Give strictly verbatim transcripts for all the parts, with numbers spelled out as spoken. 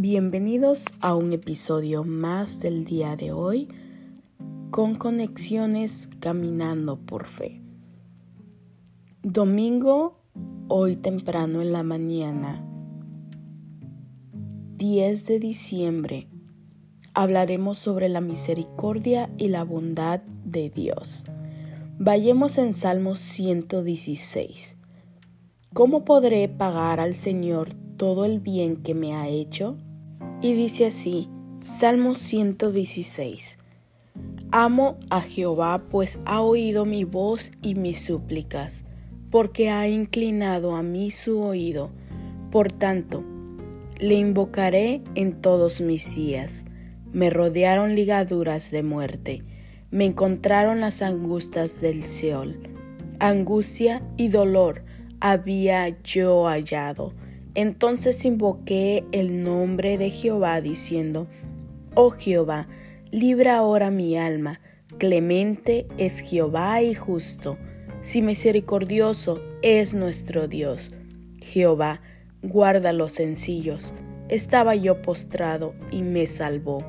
Bienvenidos a un episodio más del día de hoy con Conexiones Caminando por Fe. Domingo, hoy temprano en la mañana, diez de diciembre, hablaremos sobre la misericordia y la bondad de Dios. Vayamos en Salmo ciento dieciséis. ¿Cómo podré pagar al Señor todo el bien que me ha hecho? Y dice así, Salmo ciento dieciséis. Amo a Jehová, pues ha oído mi voz y mis súplicas, porque ha inclinado a mí su oído. Por tanto, le invocaré en todos mis días. Me rodearon ligaduras de muerte, me encontraron las angustias del Seol. Angustia y dolor había yo hallado. Entonces invoqué el nombre de Jehová, diciendo: Oh Jehová, libra ahora mi alma. Clemente es Jehová y justo, si misericordioso es nuestro Dios. Jehová, guarda los sencillos. Estaba yo postrado y me salvó.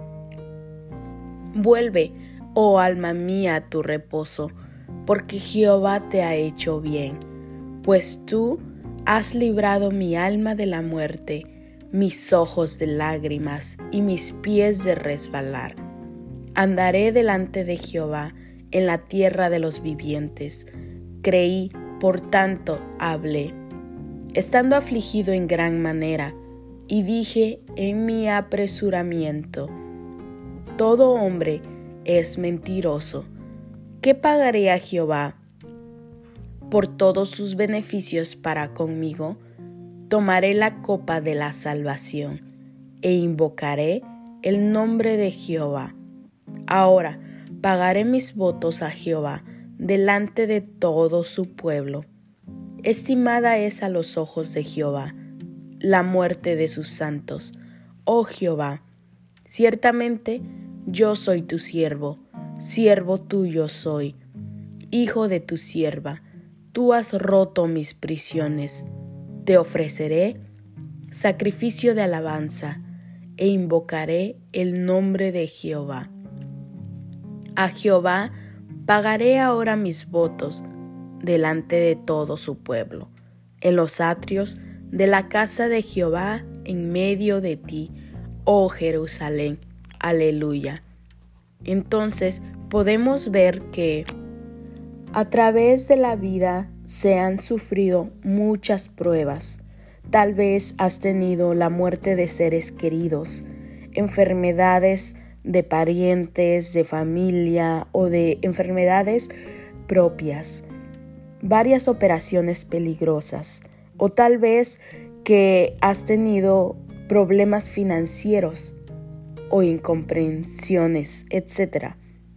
Vuelve, oh alma mía, a tu reposo, porque Jehová te ha hecho bien, pues tú has librado mi alma de la muerte, mis ojos de lágrimas y mis pies de resbalar. Andaré delante de Jehová en la tierra de los vivientes. Creí, por tanto hablé, estando afligido en gran manera, y dije en mi apresuramiento: todo hombre es mentiroso. ¿Qué pagaré a Jehová por todos sus beneficios para conmigo? Tomaré la copa de la salvación e invocaré el nombre de Jehová. Ahora pagaré mis votos a Jehová delante de todo su pueblo. Estimada es a los ojos de Jehová la muerte de sus santos. Oh Jehová, ciertamente yo soy tu siervo, siervo tuyo soy, hijo de tu sierva. Tú has roto mis prisiones. Te ofreceré sacrificio de alabanza e invocaré el nombre de Jehová. A Jehová pagaré ahora mis votos delante de todo su pueblo, en los atrios de la casa de Jehová, en medio de ti, oh Jerusalén. Aleluya. Entonces podemos ver que a través de la vida se han sufrido muchas pruebas. Tal vez has tenido la muerte de seres queridos, enfermedades de parientes, de familia o de enfermedades propias, varias operaciones peligrosas, o tal vez que has tenido problemas financieros o incomprensiones, etcétera.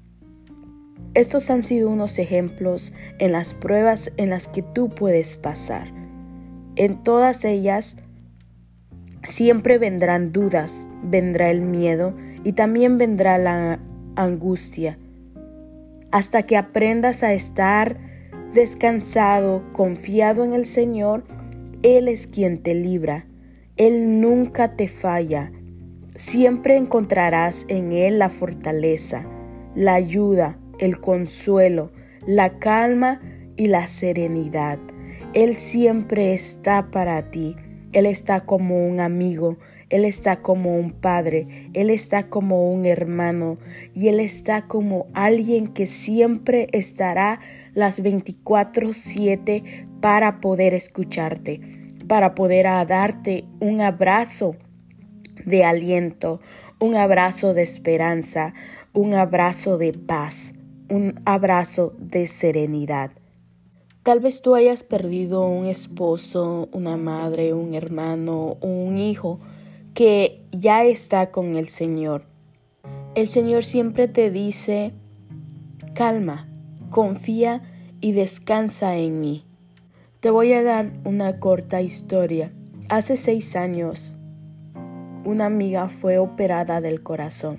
Estos han sido unos ejemplos en las pruebas en las que tú puedes pasar. En todas ellas siempre vendrán dudas, vendrá el miedo y también vendrá la angustia. Hasta que aprendas a estar descansado, confiado en el Señor, Él es quien te libra. Él nunca te falla. Siempre encontrarás en Él la fortaleza, la ayuda, el consuelo, la calma y la serenidad. Él siempre está para ti. Él está como un amigo, Él está como un padre, Él está como un hermano y Él está como alguien que siempre estará las veinticuatro siete para poder escucharte, para poder darte un abrazo de aliento, un abrazo de esperanza, un abrazo de paz, un abrazo de serenidad. Tal vez tú hayas perdido un esposo, una madre, un hermano, un hijo que ya está con el Señor. El Señor siempre te dice: calma, confía y descansa en mí. Te voy a dar una corta historia. Hace seis años, una amiga fue operada del corazón,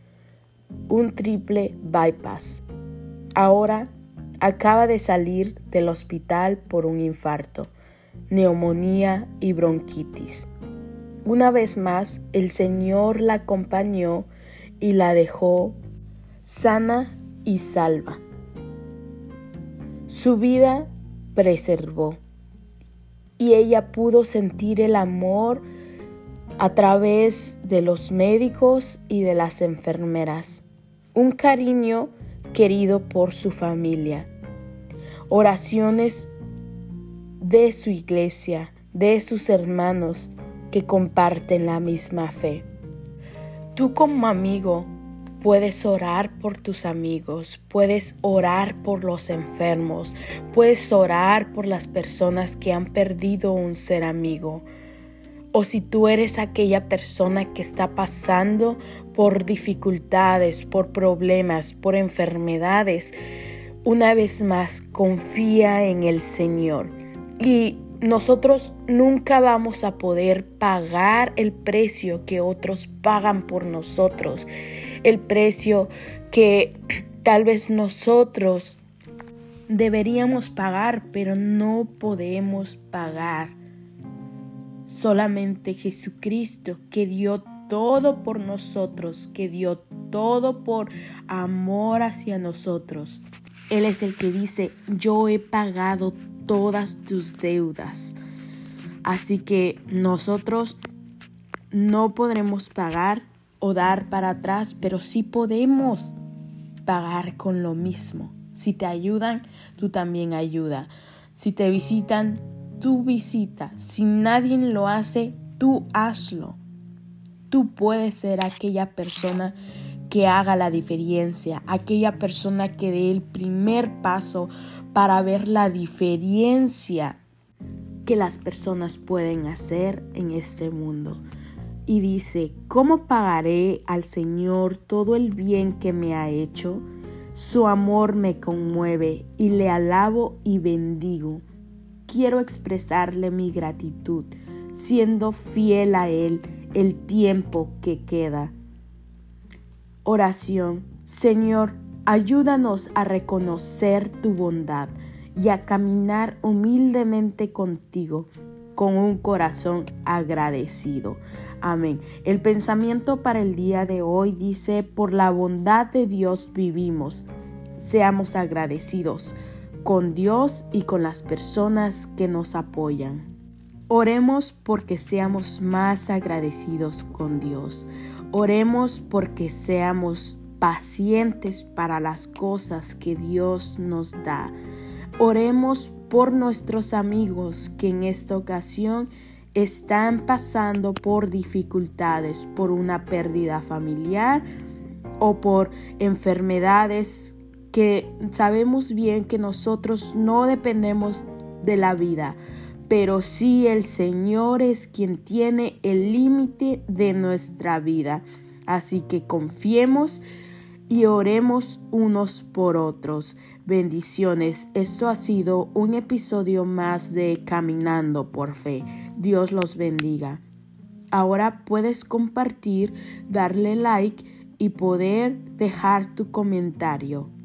un triple bypass. Ahora acaba de salir del hospital por un infarto, neumonía y bronquitis. Una vez más, el Señor la acompañó y la dejó sana y salva. Su vida preservó y ella pudo sentir el amor a través de los médicos y de las enfermeras, un cariño querido por su familia, oraciones de su iglesia, de sus hermanos que comparten la misma fe. Tú como amigo puedes orar por tus amigos, puedes orar por los enfermos, puedes orar por las personas que han perdido un ser amigo. O si tú eres aquella persona que está pasando por dificultades, por problemas, por enfermedades, una vez más confía en el Señor. Y nosotros nunca vamos a poder pagar el precio que otros pagan por nosotros, el precio que tal vez nosotros deberíamos pagar, pero no podemos pagar. Solamente Jesucristo, que dio todo por nosotros, que dio todo por amor hacia nosotros. Él es el que dice, yo he pagado todas tus deudas. Así que nosotros no podremos pagar o dar para atrás, pero sí podemos pagar con lo mismo. Si te ayudan, tú también ayuda. Si te visitan, tú visita. Si nadie lo hace, tú hazlo. Tú puedes ser aquella persona que haga la diferencia, aquella persona que dé el primer paso para ver la diferencia que las personas pueden hacer en este mundo. Y dice, ¿cómo pagaré al Señor todo el bien que me ha hecho? Su amor me conmueve y le alabo y bendigo. Quiero expresarle mi gratitud, siendo fiel a Él el tiempo que queda. Oración. Señor, ayúdanos a reconocer tu bondad y a caminar humildemente contigo con un corazón agradecido. Amén. El pensamiento para el día de hoy dice, por la bondad de Dios vivimos. Seamos agradecidos con Dios y con las personas que nos apoyan. Oremos porque seamos más agradecidos con Dios. Oremos porque seamos pacientes para las cosas que Dios nos da. Oremos por nuestros amigos que en esta ocasión están pasando por dificultades, por una pérdida familiar o por enfermedades que sabemos bien que nosotros no dependemos de la vida, pero sí el Señor es quien tiene el límite de nuestra vida. Así que confiemos y oremos unos por otros. Bendiciones. Esto ha sido un episodio más de Caminando por Fe. Dios los bendiga. Ahora puedes compartir, darle like y poder dejar tu comentario.